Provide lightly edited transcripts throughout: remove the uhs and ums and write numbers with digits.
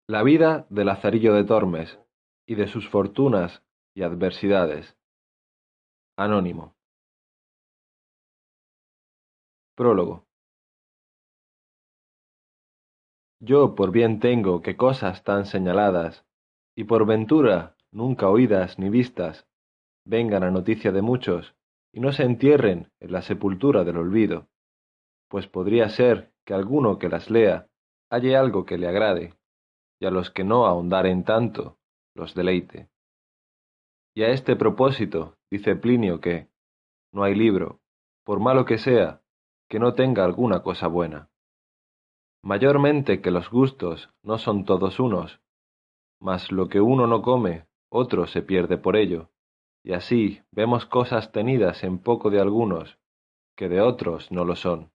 La vida de Lazarillo de Tormes, y de sus fortunas y adversidades. Anónimo. Prólogo. Yo por bien tengo que cosas tan señaladas, y por ventura nunca oídas ni vistas, vengan a noticia de muchos, y no se entierren en la sepultura del olvido, pues podría ser que alguno que las lea halle algo que le agrade, y a los que no ahondaren tanto, los deleite. Y a este propósito dice Plinio que no hay libro, por malo que sea, que no tenga alguna cosa buena. Mayormente que los gustos no son todos unos, mas lo que uno no come, otro se pierde por ello, y así vemos cosas tenidas en poco de algunos, que de otros no lo son.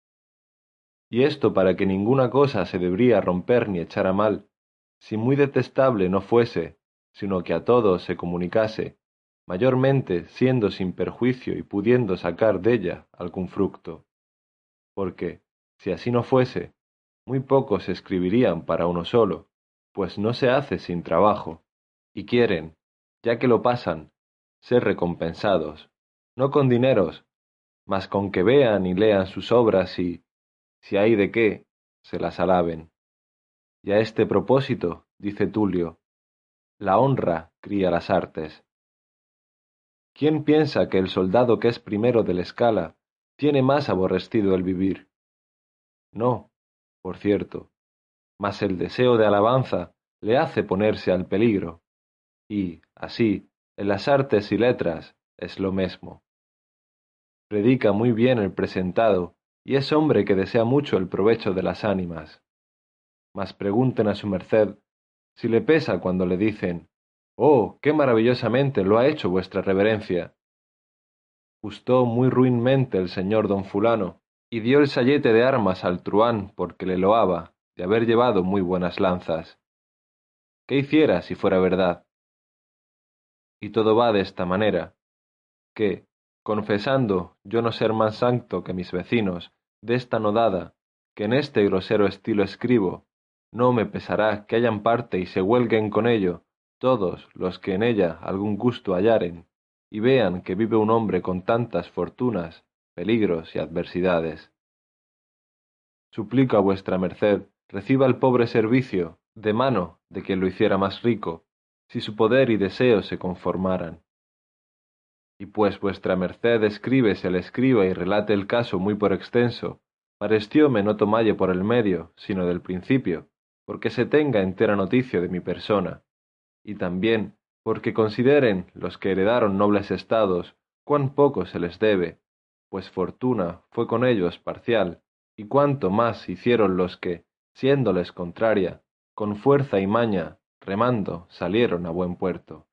Y esto para que ninguna cosa se debería romper ni echar a mal, si muy detestable no fuese, sino que a todos se comunicase, mayormente siendo sin perjuicio y pudiendo sacar della algún fructo. Porque, si así no fuese, muy pocos escribirían para uno solo, pues no se hace sin trabajo, y quieren, ya que lo pasan, ser recompensados, no con dineros, mas con que vean y lean sus obras y, si hay de qué, se las alaben. Y a este propósito, dice Tulio, la honra cría las artes. ¿Quién piensa que el soldado que es primero de la escala tiene más aborrecido el vivir? No, por cierto, mas el deseo de alabanza le hace ponerse al peligro, y, así, en las artes y letras es lo mesmo. Predica muy bien el presentado, y es hombre que desea mucho el provecho de las ánimas. Mas pregunten a su merced si le pesa cuando le dicen, «Oh, qué maravillosamente lo ha hecho vuestra reverencia». Gustó muy ruinmente el señor don fulano, y dio el sayete de armas al truhán porque le loaba, de haber llevado muy buenas lanzas. ¿Qué hiciera si fuera verdad? Y todo va de esta manera, que, confesando yo no ser más santo que mis vecinos, desta nodada, que en este grosero estilo escribo, no me pesará que hayan parte y se huelguen con ello todos los que en ella algún gusto hallaren, y vean que vive un hombre con tantas fortunas, peligros y adversidades. Suplico a vuestra merced reciba el pobre servicio de mano de quien lo hiciera más rico, si su poder y deseo se conformaran. Y pues vuestra merced escribe se le escriba y relate el caso muy por extenso, parecióme no tomalle por el medio, sino del principio, porque se tenga entera noticia de mi persona, y también porque consideren los que heredaron nobles estados cuán poco se les debe, pues fortuna fue con ellos parcial, y cuánto más hicieron los que, siéndoles contraria, con fuerza y maña, remando, salieron a buen puerto.